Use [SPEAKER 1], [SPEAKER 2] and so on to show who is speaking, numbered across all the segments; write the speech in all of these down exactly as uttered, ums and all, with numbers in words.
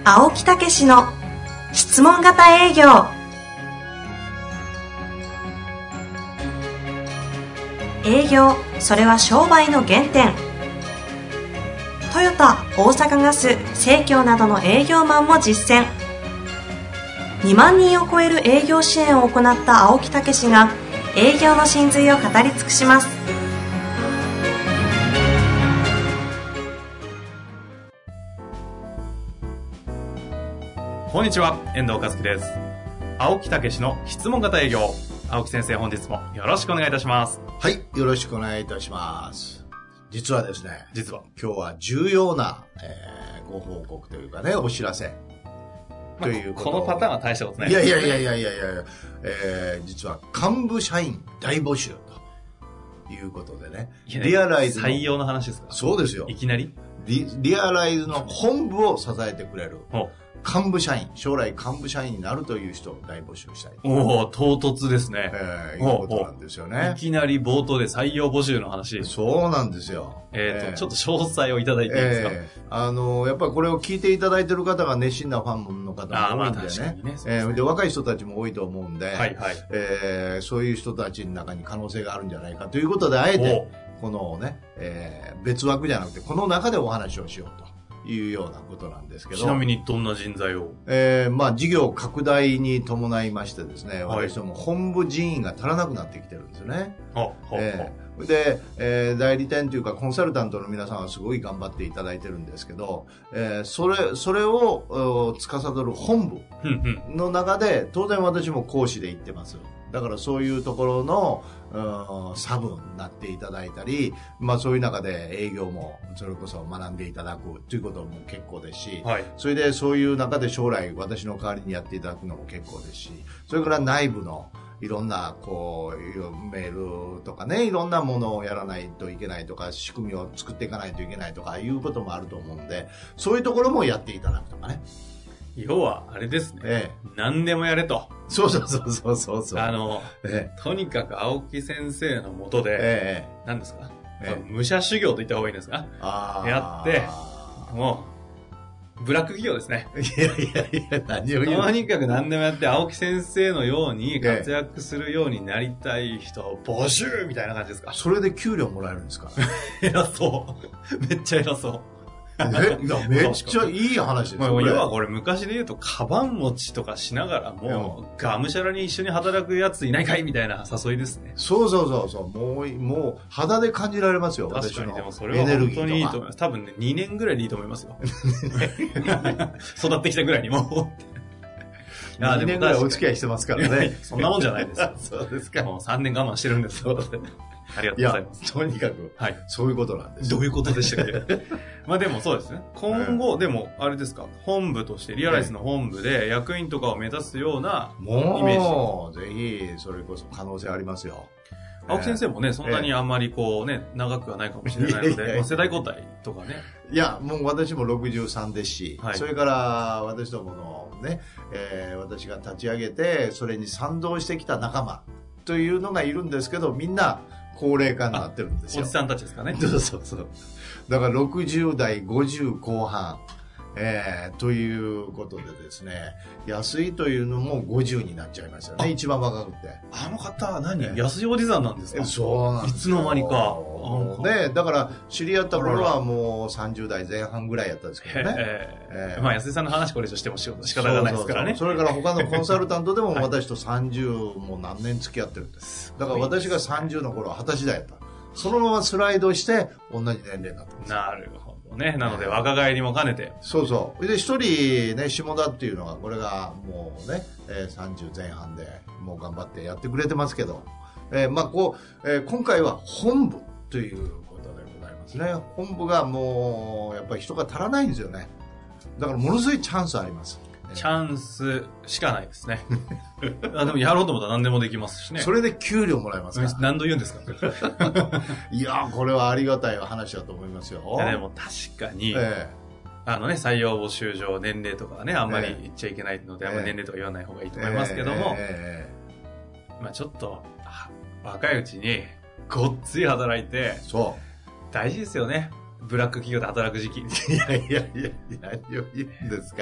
[SPEAKER 1] 青木武氏の質問型営業。営業、それは商売の原点。トヨタ、大阪ガス、生協などの営業マンも実践。にまんにんを超える営業支援を行った青木武氏が営業の真髄を語り尽くします。
[SPEAKER 2] こんにちは、遠藤和樹です。青木武の質問型営業。青木先生、本日もよろしくお願いいたします。
[SPEAKER 3] はい、よろしくお願いいたします。実はですね、
[SPEAKER 2] 実は
[SPEAKER 3] 今日は重要な、えー、ご報告というかね、お知らせ。ということ、
[SPEAKER 2] このパターンは大したことない
[SPEAKER 3] いやいやいやいやいやいや、えー、実は幹部社員大募集ということでね、リアライズの
[SPEAKER 2] 採用の話ですか？
[SPEAKER 3] そうですよ。
[SPEAKER 2] いきなり
[SPEAKER 3] リ、リアライズの本部を支えてくれる幹部社員、将来幹部社員になるという人を大募集したい。
[SPEAKER 2] おお、唐突ですね。
[SPEAKER 3] えー、いうことなんですよね。
[SPEAKER 2] いきなり冒頭で採用募集の話。
[SPEAKER 3] そうなんですよ。
[SPEAKER 2] えっ、ー、と、えー、ちょっと詳細をいただいていいですか？
[SPEAKER 3] えー、あの、やっぱりこれを聞いていただいている方が熱心なファンの方も多いんでね。
[SPEAKER 2] ね
[SPEAKER 3] えー、で、若い人たちも多いと思うんで、
[SPEAKER 2] はいはい。
[SPEAKER 3] えー、そういう人たちの中に可能性があるんじゃないかということで、あえて、このね、えー、別枠じゃなくて、この中でお話をしようと。いうようなことなんですけど。
[SPEAKER 2] ちなみにどんな人材を
[SPEAKER 3] えー、まあ事業拡大に伴いましてですね、はい、私ども本部人員が足らなくなってきてるんですよね。
[SPEAKER 2] は
[SPEAKER 3] えー、で、えー、代理店というかコンサルタントの皆さんはすごい頑張っていただいてるんですけど、えー、それ、それを司る本部の中で、当然私も講師で行ってます。だからそういうところの、うん、サブになっていただいたり、まあそういう中で営業もそれこそ学んでいただくということも結構ですし、はい、それでそういう中で将来私の代わりにやっていただくのも結構ですし、それから内部のいろんなこうメールとかね、いろんなものをやらないといけないとか、仕組みを作っていかないといけないとかいうこともあると思うんで、そういうところもやっていただくとかね。
[SPEAKER 2] 要はあれですね、
[SPEAKER 3] ええ、
[SPEAKER 2] 何でもやれと。
[SPEAKER 3] そうそうそうそうそうそう。
[SPEAKER 2] あの、ええ、とにかく青木先生のもとで、ええ、何ですか、ええ、武者修行と言った方がいいんですか？あやってもうブラック企業ですね。
[SPEAKER 3] いやいやいや、何を言う。
[SPEAKER 2] とにかく何でもやって青木先生のように活躍するようになりたい人を募集みたいな感じですか？
[SPEAKER 3] それで給料もらえるんですか？
[SPEAKER 2] 偉そう。めっちゃ偉そう。
[SPEAKER 3] えいやめっちゃいい話ですよ。
[SPEAKER 2] 要はこれ昔で言うとカバン持ちとかしながらもうがむしゃらに一緒に働くやついないかいみたいな誘いですね。
[SPEAKER 3] そうそうそうそう。もうもう肌で感じられますよ。
[SPEAKER 2] 確かに。でもそれは本当にいいと思います。多分ねにねんぐらいでいいと思いますよ。育ってきたぐらいにも
[SPEAKER 3] う。にねんぐらいお付き合いしてますからね。
[SPEAKER 2] そんなもんじゃないですよ。
[SPEAKER 3] そうですか。
[SPEAKER 2] もうさんねん我慢してるんですよ。ありがとうございます。
[SPEAKER 3] とにかく、はい、そういうことなんです。
[SPEAKER 2] どういうことでしたっけ？まあでもそうですね。今後、でも、あれですか、本部として、リアライズの本部で役員とかを目指すようなイメージ。
[SPEAKER 3] もう、ぜひ、それこそ可能性ありますよ。
[SPEAKER 2] 青木先生もね、そんなにあんまりこうね、長くはないかもしれないので、世代交代とかね。
[SPEAKER 3] いや、もう私もろくじゅうさんですし、はい、それから私どものね、えー、私が立ち上げて、それに賛同してきた仲間というのがいるんですけど、みんな、高齢化になってるんですよ。
[SPEAKER 2] おじさんたちですかね。
[SPEAKER 3] そうそうそう。だからろくじゅう代、ごじゅう後半、えー、ということでですね、安いというのもごじゅうになっちゃいましたね。一番若くて。
[SPEAKER 2] あの方は何、えー、安いおじさんなんですか？
[SPEAKER 3] そうなんです。
[SPEAKER 2] いつの間にか。
[SPEAKER 3] で、だから知り合った頃はもうさんじゅう代前半ぐらいやったんですけどね。
[SPEAKER 2] えーえー、まあ安井さんの話これ以上しても仕方がないですからね。
[SPEAKER 3] そうそうそう。それから他のコンサルタントでも私とさんじゅうも何年付き合ってるんです。だから私がさんじゅうの頃ははたち代やった。そのままスライドして同じ年齢になってます。
[SPEAKER 2] なるほどね。なので若返りも兼ねて。
[SPEAKER 3] そうそう。で、一人ね、下田っていうのが、これがもうね、えー、さんじゅう前半でもう頑張ってやってくれてますけど、えー、まあこう、えー、今回は本部ということでございますね。本部がもう、やっぱり人が足らないんですよね。だからものすごいチャンスあります。
[SPEAKER 2] チャンスしかないですね。あでもやろうと思ったら何でもできますしね。
[SPEAKER 3] それで給料もらえますか？
[SPEAKER 2] 何度言うんですか？
[SPEAKER 3] いやこれはありがたい話だと思いますよ。
[SPEAKER 2] いやでも確かに、えー、あのね、採用募集上年齢とかね、あんまり言っちゃいけないので、えー、あんまり年齢とか言わない方がいいと思いますけども、えー、まあちょっと若いうちにごっつい働いて、そう大事ですよね。ブラック企業で働く時期。
[SPEAKER 3] いやいやいや、何を言うんですか。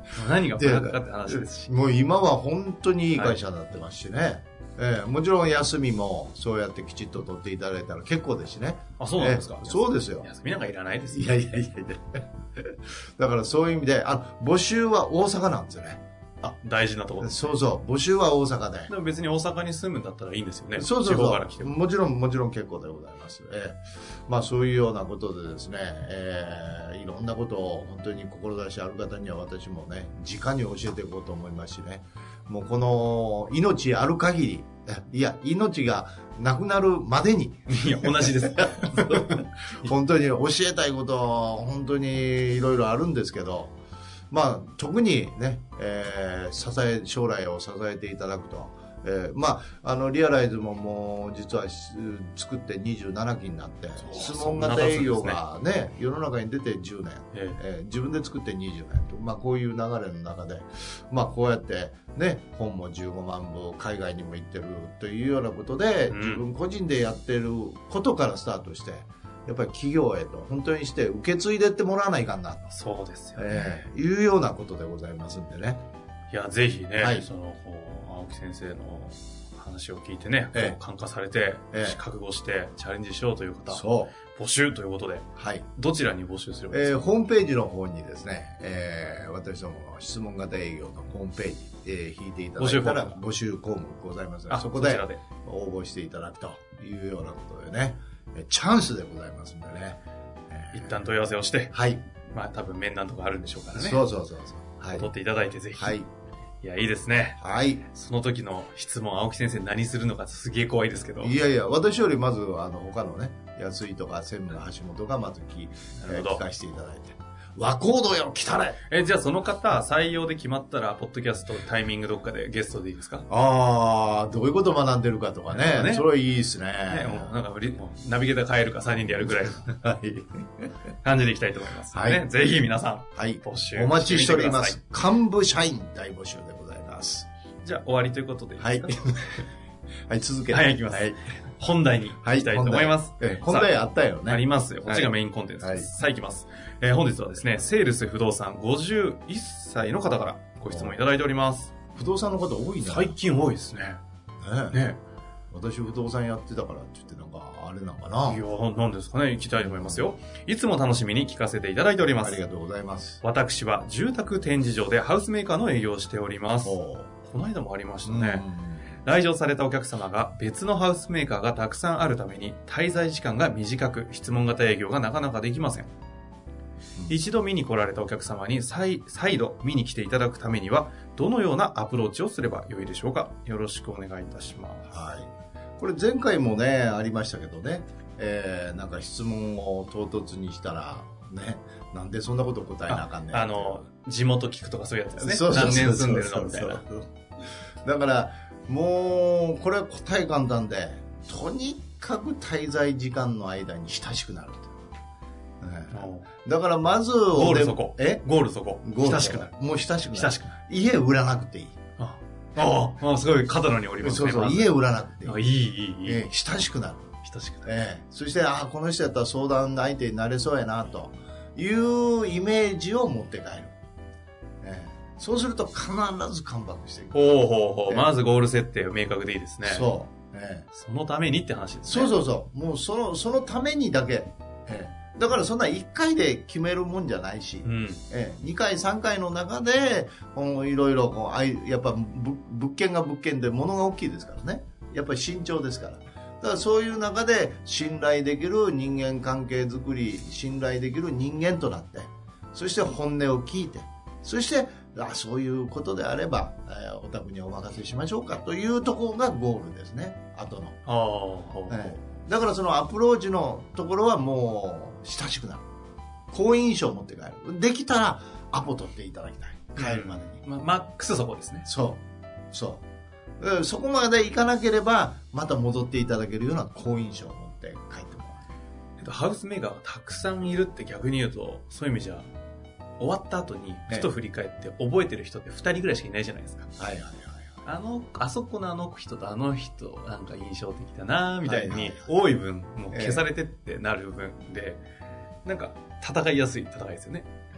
[SPEAKER 2] 何がブラックかって話ですし。
[SPEAKER 3] もう今は本当にいい会社になってますしね。はい、えー、もちろん休みもそうやってきちっと取っていただいたら結構ですしね。
[SPEAKER 2] あ、そうなんですか。
[SPEAKER 3] えー、そうですよ。
[SPEAKER 2] 休みなんかいらないですよ。
[SPEAKER 3] いやいやいやいや。だからそういう意味で、あ、募集は大阪なんですよね。
[SPEAKER 2] あ、大事なところ、ね、
[SPEAKER 3] そうそう。募集は大阪で。
[SPEAKER 2] でも別に大阪に住むんだったらいいんですよね。
[SPEAKER 3] そうそうそう。
[SPEAKER 2] 地方から来ても。
[SPEAKER 3] もちろん、もちろん結構でございます。えー、まあそういうようなことでですね、えー、いろんなことを本当に志ある方には私もね、直に教えていこうと思いますしね。もうこの命ある限り、いや、命がなくなるまでに。
[SPEAKER 2] いや、同じです。
[SPEAKER 3] 本当に教えたいことは本当にいろいろあるんですけど、まあ、特にね、えー、支え、将来を支えていただくと。えー、まあ、あの、リアライズももう、実は作ってにじゅうななきになって、質問型営業がね、ね世の中に出てじゅうねん、ええー、自分で作ってにじゅうねんと、まあ、こういう流れの中で、まあ、こうやってね、本もじゅうごまんぶ、海外にも行ってるというようなことで、うん、自分個人でやってることからスタートして、やっぱり企業へと本当にして受け継いでってもらわないかんなと。
[SPEAKER 2] そうですよね。
[SPEAKER 3] えー、いうようなことでございますんでね。
[SPEAKER 2] いや、ぜひね、
[SPEAKER 3] はい、
[SPEAKER 2] その、こう、青木先生の話を聞いてね、
[SPEAKER 3] えー、
[SPEAKER 2] 感化されて、えー、覚悟してチャレンジしようという方、
[SPEAKER 3] そう
[SPEAKER 2] 募集ということで、
[SPEAKER 3] はい。
[SPEAKER 2] どちらに募集すればいいですか？
[SPEAKER 3] えー、ホームページの方にですね、えー、私どもの質問型営業のホームページ、えー、引いていただいたら募集項目ございますので、そこで応募していただくというようなことでね、チャンスでございますんでね。
[SPEAKER 2] えー、一旦問い合わせをして、
[SPEAKER 3] はい。
[SPEAKER 2] まあ多分面談とかあるんでしょうからね。
[SPEAKER 3] そうそうそうそう。
[SPEAKER 2] はい。取っていただいてぜひ。
[SPEAKER 3] はい。
[SPEAKER 2] いや、いいですね。
[SPEAKER 3] はい。
[SPEAKER 2] その時の質問、青木先生何するのかすげえ怖いですけど。
[SPEAKER 3] いやいや、私よりまず、あの、他のね、安井とか専務の橋本がまず聞、えー、聞かせていただいて。和コードよ、来たれ。
[SPEAKER 2] え、じゃあその方、採用で決まったら、ポッドキャストタイミングどっかでゲストでいいですか？
[SPEAKER 3] ああ、どういうこと学んでるかとかね。ね、それはいいですね。
[SPEAKER 2] ね、もうなんかもうナビゲーター変えるかさんにんでやるぐらいのはい、感じでいきたいと思います。はい、ね。ぜひ皆さん、
[SPEAKER 3] はい、
[SPEAKER 2] 募集
[SPEAKER 3] お待ちしております。幹部社員大募集でございます。
[SPEAKER 2] じゃあ終わりということでいいですか？
[SPEAKER 3] はい。はい、続けて。
[SPEAKER 2] はい、いきます。はい。本題に行きたいと思います。
[SPEAKER 3] はい、本題あったよね。
[SPEAKER 2] ありますよ。こっちがメインコンテンツです。はい、さあ行きます。えー、本日はですね、セールス不動産ごじゅういっさいの方からご質問いただいております。
[SPEAKER 3] 不動産の方多いね。
[SPEAKER 2] 最近多いですね。
[SPEAKER 3] ねね私不動産やってたからって言ってなんかあれなのかな。
[SPEAKER 2] いや、なんですかね。行きたいと思いますよ。いつも楽しみに聞かせていただいております。
[SPEAKER 3] ありがとうございます。
[SPEAKER 2] 私は住宅展示場でハウスメーカーの営業をしております。この間もありましたね。来場されたお客様が別のハウスメーカーがたくさんあるために滞在時間が短く質問型営業がなかなかできません。うん、一度見に来られたお客様に再、再度見に来ていただくためにはどのようなアプローチをすればよいでしょうか？よろしくお願いいたします。
[SPEAKER 3] はい。これ前回もね、ありましたけどね、えー、なんか質問を唐突にしたら、ね、なんでそんなこと答えなあかんねん。
[SPEAKER 2] あ、あの、地元聞くとかそういうやつですね。
[SPEAKER 3] そうそうそうそう。
[SPEAKER 2] 何年住んでるのみたいな。
[SPEAKER 3] だから、もう、これは答え簡単で、とにかく滞在時間の間に親しくなると。ね、だからまず、
[SPEAKER 2] ゴールそこ。
[SPEAKER 3] え
[SPEAKER 2] ゴールそこ。親しくなる。
[SPEAKER 3] もう親しくなる。
[SPEAKER 2] 親しくなる。
[SPEAKER 3] 家売らなくていい。
[SPEAKER 2] ああ、ああ、すごい角野におりますね。
[SPEAKER 3] そうそう、家売らなくていい。
[SPEAKER 2] あ、いい、いい、いい。
[SPEAKER 3] えー、親しくなる。
[SPEAKER 2] 親しくなる。
[SPEAKER 3] えー、そして、ああ、この人やったら相談相手になれそうやな、というイメージを持って帰る。えー、そうすると必ずカムバックしていく。
[SPEAKER 2] ほうほうほう。えー、まずゴール設定明確でいいですね。
[SPEAKER 3] そう。え
[SPEAKER 2] ー、そのためにって話です
[SPEAKER 3] ね。そうそうそう。もうその、そのためにだけ。えーだからそんないっかいで決めるもんじゃないし、うん、えにかいさんかいの中でいろいろこうあいやっぱ物件が物件で物が大きいですからね、やっぱり慎重ですから、だからそういう中で信頼できる人間関係づくり、信頼できる人間となって、そして本音を聞いて、そしてあそういうことであれば、えー、お宅にお任せしましょうかというところがゴールですね、後の。
[SPEAKER 2] あ、ほう
[SPEAKER 3] えー、だからそのアプローチのところはもう親しくなる、好印象を持って帰る、できたらアポ取っていただきたい、帰るまでに、
[SPEAKER 2] うん、ま、マックスそこですね。
[SPEAKER 3] そうそう、そこまでいかなければまた戻っていただけるような好印象を持って帰ってもらう。
[SPEAKER 2] えっと、ハウスメーカーがたくさんいるって逆に言うと、そういう意味じゃ終わった後にふと振り返って覚えてる人ってふたりぐらいしかいないじゃないですか。
[SPEAKER 3] はいはいはい。
[SPEAKER 2] あの、あそこのあの人とあの人、なんか印象的だなみたいに、多い分、もう消されてってなる分で、なんか、戦いやすい戦いですよね。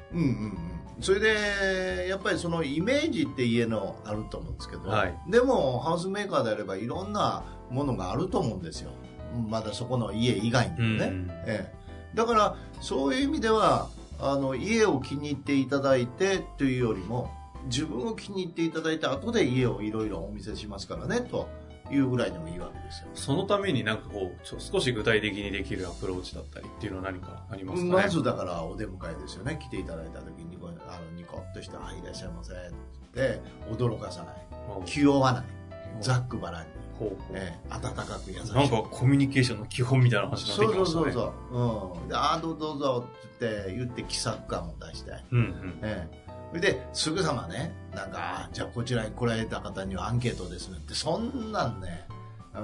[SPEAKER 3] うんうんうん。それでやっぱりそのイメージって家のあると思うんですけど、はい、でもハウスメーカーであればいろんなものがあると思うんですよ。まだそこの家以外にもね、うん、ええ、だからそういう意味ではあの家を気に入っていただいてというよりも自分を気に入っていただいた後で家をいろいろお見せしますからねというぐらいでもいいわけですよ。
[SPEAKER 2] そのためになんかこうちょ少し具体的にできるアプローチだったりっていうのは何かありますかね。
[SPEAKER 3] まずだからお出迎えですよね。来ていただいた時にあのニコッとして「あ、いらっしゃいませ」って驚かさない、気負わない、ざっくばらんに、ほうほう、えー、温かく優しい。
[SPEAKER 2] なんかコミュニケーションの基本みたいな話になってきましたね。
[SPEAKER 3] そうそうそうそう、うん、でああどうぞどうぞって言って気さく感を出して、うんうん、えー、ですぐさまね、なんかじゃあこちらに来られた方にはアンケートですねって、そんなんね、うん、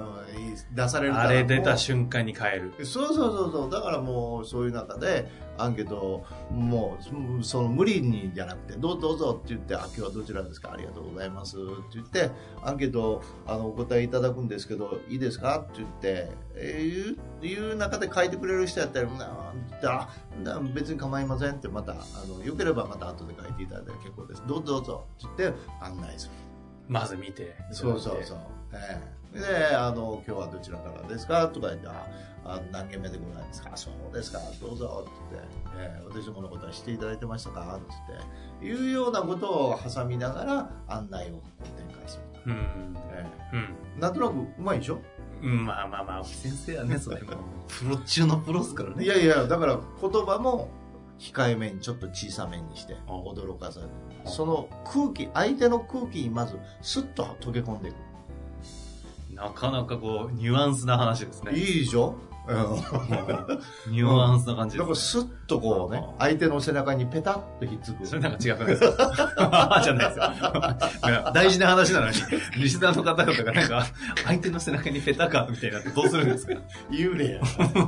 [SPEAKER 3] 出されるから、
[SPEAKER 2] あれ出た瞬間に変える。
[SPEAKER 3] そうそうそうそう。だからもうそういう中でアンケートをもうその無理にじゃなくて、どうぞどうぞって言って、あ、今日はどちらですか、ありがとうございますって言ってアンケートをあのお答えいただくんですけど、いいですかって言って、えー、いういう中で書いてくれる人やったら、あ、別に構いませんって、またあのよければまた後で書いていただいて結構です、どうぞどうぞって言って案内する。
[SPEAKER 2] まず見て。
[SPEAKER 3] そうそうそう。えー、で、あの、今日はどちらからですかとか言って、あ、あ何件目でございますか、そうですか、どうぞって言って、えー、私どものことは知っていただいてましたかって言って、いうようなことを挟みながら案内を展開すると。うん、えーうん。なんとなくうまいでしょ。
[SPEAKER 2] うん、まあまあまあ、先生はね、それもプロ中のプロですからね。
[SPEAKER 3] いやいや、だから言葉も控えめにちょっと小さめにして驚かさず、その空気、相手の空気にまずスッと溶け込んでいく。
[SPEAKER 2] なかなかこうニュアンスな話ですね。
[SPEAKER 3] いいでしょ。
[SPEAKER 2] ニュアンスな感じです、ね。
[SPEAKER 3] だからスッとこうね、相手の背中にペタッとひっつく。
[SPEAKER 2] それなんか違くないですか。じゃないですよ。大事な話なのに、リスナーの方々がなんか、相手の背中にペタかみたいなってどうするんですか。
[SPEAKER 3] 幽霊や。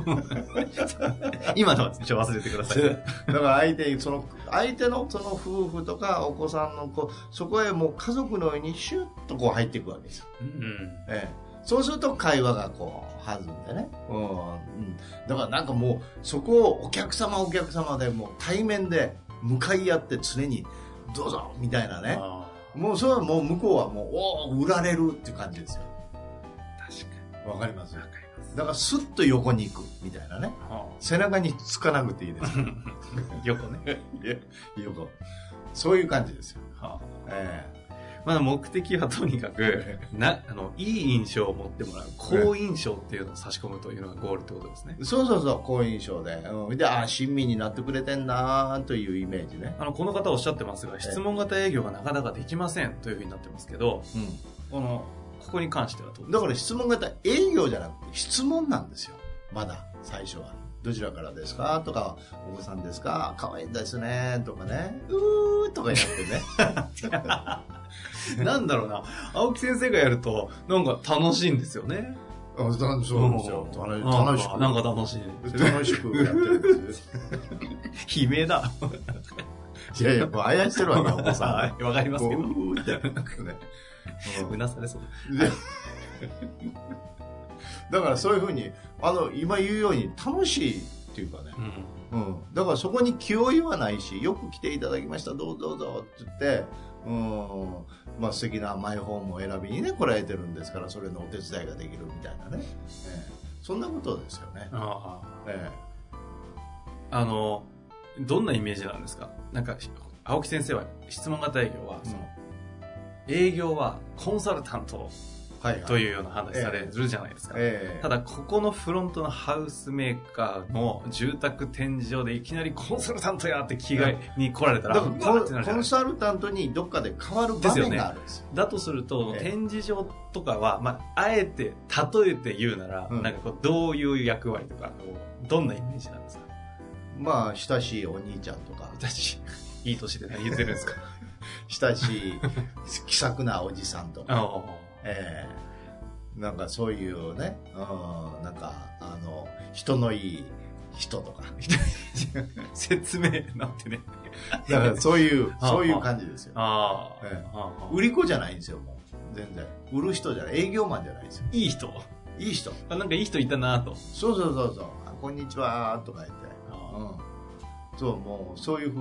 [SPEAKER 2] 今のはちょっと忘れてください。
[SPEAKER 3] だから相手、その、相手のその夫婦とかお子さんの子、そこへもう家族のようにシュッとこう入っていくわけですよ。うん、ええ、そうすると会話がこう弾んでね、うんうん、だからなんかもうそこをお客様お客様でもう対面で向かい合って常にどうぞみたいなね、もうそれはもう向こうはもうおー売られるっていう感じですよ。
[SPEAKER 2] 確か
[SPEAKER 3] にわかります。わかります。だからスッと横に行くみたいなね、はあ、背中につかなくていいです
[SPEAKER 2] 横ね
[SPEAKER 3] 横、そういう感じですよ。はあ、え
[SPEAKER 2] えーまあ、目的はとにかくなあのいい印象を持ってもらう、好印象っていうのを差し込むというのがゴールってことですね。
[SPEAKER 3] そうそうそう、好印象で、うん、で、あ、親身になってくれてんなというイメージね。
[SPEAKER 2] あのこの方おっしゃってますが、質問型営業がなかなかできませんというふうになってますけど、うん、このここに関してはどうですか。
[SPEAKER 3] だから質問型営業じゃなくて質問なんですよ。まだ最初は。どちらからですかとか、お子さんですか、可愛いですねとかね、うーとかやってね。
[SPEAKER 2] なんだろうな、青木先生がやるとなんか楽しいんですよね。
[SPEAKER 3] あ、そうですよ。楽しく。
[SPEAKER 2] なんか楽しい。
[SPEAKER 3] 楽しくやってるんです。
[SPEAKER 2] 悲鳴だ。
[SPEAKER 3] いやいや、もうあやしてるわけ、お子さ
[SPEAKER 2] ん。わかりますけど。
[SPEAKER 3] うーって。
[SPEAKER 2] うなされそう。
[SPEAKER 3] だからそういうふうに、あの、今言うように楽しいっていうかね。うん。うん。だからそこに気負いはないし、よく来ていただきました、どうぞどうぞって言って、うん。まあ素敵なマイホームを選びにね、来られてるんですから、それのお手伝いができるみたいなね。えー、そんなことですよね。ああ。え
[SPEAKER 2] ー、あの、どんなイメージなんですか。なんか、青木先生は質問型営業は、その、うん、営業はコンサルタント、はいはい、というような話されるじゃないですか、えー、ただここのフロントのハウスメーカーの住宅展示場でいきなりコンサルタントやって気概に来られたら、だ
[SPEAKER 3] からコンサルタントにどっかで変わる場面があるんですよ。
[SPEAKER 2] だとすると、えー、展示場とかは、まあ、あえて例えて言うなら、うん、なんかこうどういう役割とかどんなイメージなんですか。
[SPEAKER 3] まあ親しいお兄ちゃんとか、
[SPEAKER 2] 親しいいい年で何言ってるんですか。
[SPEAKER 3] 親しい気さくなおじさんとかえー、なんかそういうね、うん、なんかあの人のいい人とか
[SPEAKER 2] 説明なんてね、
[SPEAKER 3] だからそういうそういう感じですよ。あ、えー、売り子じゃないんですよ。もう全然売る人じゃない、営業マンじゃないですよ。
[SPEAKER 2] いい人、
[SPEAKER 3] いい人、
[SPEAKER 2] あ、なんかいい人いたなと。
[SPEAKER 3] そうそうそうそう、あ、こんにちはとか言って、うん、そう、もうそういう風に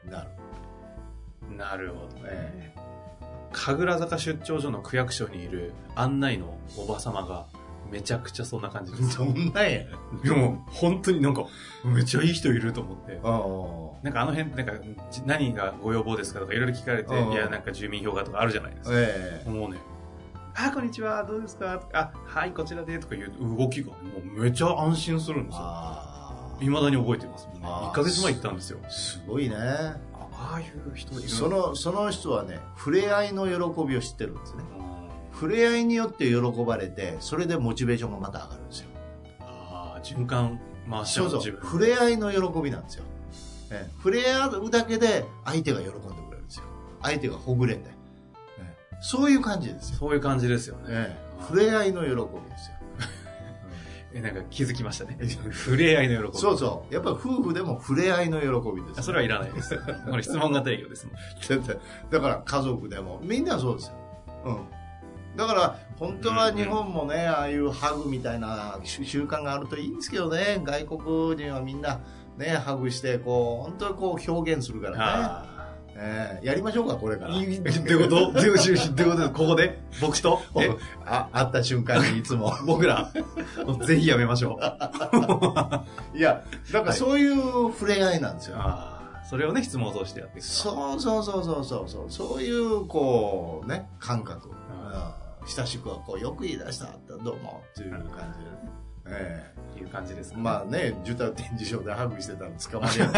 [SPEAKER 3] なる。
[SPEAKER 2] なるほどね。えー神楽坂出張所の区役所にいる案内のおば様がめちゃくちゃそんな感じです。
[SPEAKER 3] そんなんや。
[SPEAKER 2] でも本当になんかめっちゃいい人いると思って。
[SPEAKER 3] あ
[SPEAKER 2] なんかあの辺なんか何がご要望ですかとかいろいろ聞かれて、いやなんか住民票がとかあるじゃないですか。えー、もうね、あこんにちはどうですかあはいこちらでとかいう動きがもうめっちゃ安心するんですよ。いまだに覚えてますもんね。いっかげつまえ行ったんですよ。
[SPEAKER 3] すごいね。
[SPEAKER 2] ああいう人いる
[SPEAKER 3] そのその人はね触れ合いの喜びを知ってるんですね。触れ合いによって喜ばれてそれでモチベーションがまた上がるんですよ。
[SPEAKER 2] ああ循環回しちゃう。
[SPEAKER 3] そうそう触れ合いの喜びなんですよ、ええ、触れ合うだけで相手が喜んでくれるんですよ。相手がほぐれて、ええ、そういう感じですよ。
[SPEAKER 2] そういう感じですよね、
[SPEAKER 3] ええ、触れ合いの喜びですよ。
[SPEAKER 2] えなんか気づきましたね。触れ合いの喜び。
[SPEAKER 3] そうそう。やっぱり夫婦でも触れ合いの喜びです、ね。
[SPEAKER 2] それはいらないです。これ質問型営業ですもん。
[SPEAKER 3] だから家族でもみんなそうですよ。うん。だから本当は日本もね、ああいうハグみたいな習慣があるといいんですけどね。外国人はみんなねハグしてこう本当にこう表現するからね。えー、やりましょうかこれから。
[SPEAKER 2] どういうことどういうことここで僕と
[SPEAKER 3] あ会った瞬間にいつも
[SPEAKER 2] 僕らぜひやめましょ
[SPEAKER 3] う。いやなんかそういう触れ合いなんですよ。
[SPEAKER 2] あそれをね質問を通してやっていく。
[SPEAKER 3] そうそうそうそうそうそうそういうこうね感覚、うん、親しくはこうよく言い出したどうもっていう感じでね。
[SPEAKER 2] ええー、いう感じですね。
[SPEAKER 3] まあねジュタ展示場でハグしてたら捕まるよ。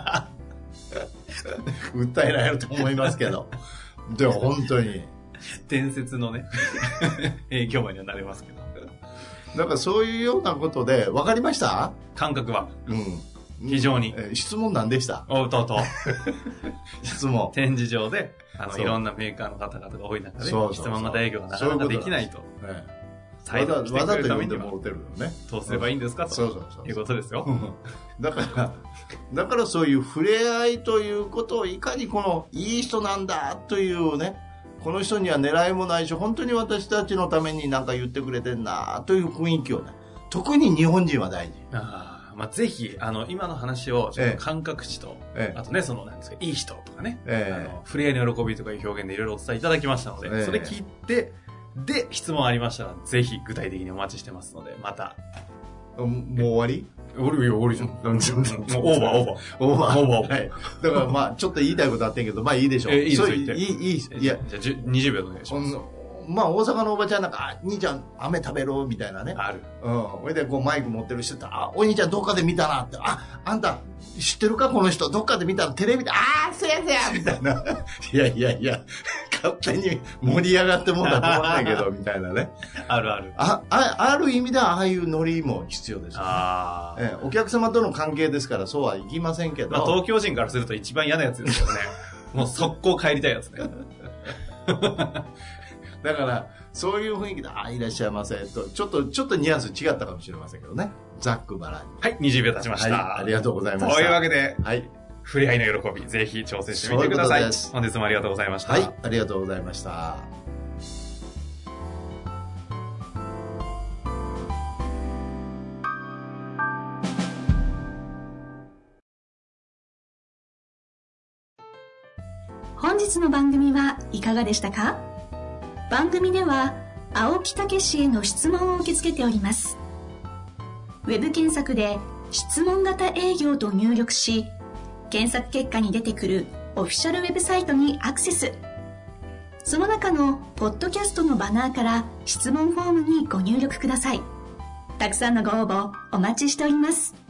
[SPEAKER 3] 訴えられると思いますけど。でも本当に
[SPEAKER 2] 伝説のね営業マンにはなれますけど。
[SPEAKER 3] なんかそういうようなことで分かりました？
[SPEAKER 2] 感覚は。
[SPEAKER 3] うん。
[SPEAKER 2] 非常に。
[SPEAKER 3] え質問何でした？
[SPEAKER 2] おうとうとう。
[SPEAKER 3] 質問。
[SPEAKER 2] 展示場であのいろんなメーカーの方々が多い中で質問型営業がなかなかできないと。そういうことなんです。
[SPEAKER 3] わざわざと呼んでもらってるのね。
[SPEAKER 2] どうすればいいんですかとそうそうそういうことですよ。
[SPEAKER 3] だからだからそういう触れ合いということをいかにこのいい人なんだというね、この人には狙いもないし本当に私たちのために何か言ってくれてんなという雰囲気をね、特に日本人は大事。
[SPEAKER 2] あまあ、ぜひあの今の話をちょっと感覚値と、ええ、あとねそのなんですかいい人とかね、ええ、あの触れ合いの喜びとかいう表現でいろいろお伝えいただきましたので、ええ、それ聞いてで質問ありましたらぜひ具体的にお待ちしてますのでまた。
[SPEAKER 3] もう終わり？
[SPEAKER 2] 終わりよ終わりじゃん。もうオーバーオーバー
[SPEAKER 3] オーバーオーバー。はい。だからまあちょっと言いたいことあってんけどまあいいでしょう。
[SPEAKER 2] えいいですよ言
[SPEAKER 3] って。いいいいいや
[SPEAKER 2] じゃあにじゅうびょうでお願いします。
[SPEAKER 3] まあ大阪のおばちゃんなんか兄ちゃん飴食べろみたいなね。
[SPEAKER 2] ある。
[SPEAKER 3] うん。それでこうマイク持ってる人ってあお兄ちゃんどっかで見たなってああんた知ってるかこの人どっかで見たのテレビでああせやせやみたいな。いやいやいや勝手に盛り上がってもんだと思うんだけどみたいなね。
[SPEAKER 2] あるある。
[SPEAKER 3] ああある意味ではああいうノリも必要ですよね。あええ、お客様との関係ですからそうはいきませんけど。
[SPEAKER 2] まあ、東京人からすると一番嫌なやつですよね。もう速攻帰りたいやつね。
[SPEAKER 3] だからそういう雰囲気で「あいらっしゃいませ」とちょっとちょっとニュアンス違ったかもしれませんけどね。ざっくばらに。
[SPEAKER 2] はいにじゅうびょう経ちました、
[SPEAKER 3] はい、ありがとうございました。
[SPEAKER 2] というわけで、
[SPEAKER 3] はい、
[SPEAKER 2] 触れ合いの喜びぜひ挑戦してみてください。そういうことです。本日もありがとうございました。
[SPEAKER 3] はいありがとうございました。
[SPEAKER 1] 本日の番組はいかがでしたか？番組では青木武氏への質問を受け付けております。ウェブ検索で質問型営業と入力し、検索結果に出てくるオフィシャルウェブサイトにアクセス。その中のポッドキャストのバナーから質問フォームにご入力ください。たくさんのご応募お待ちしております。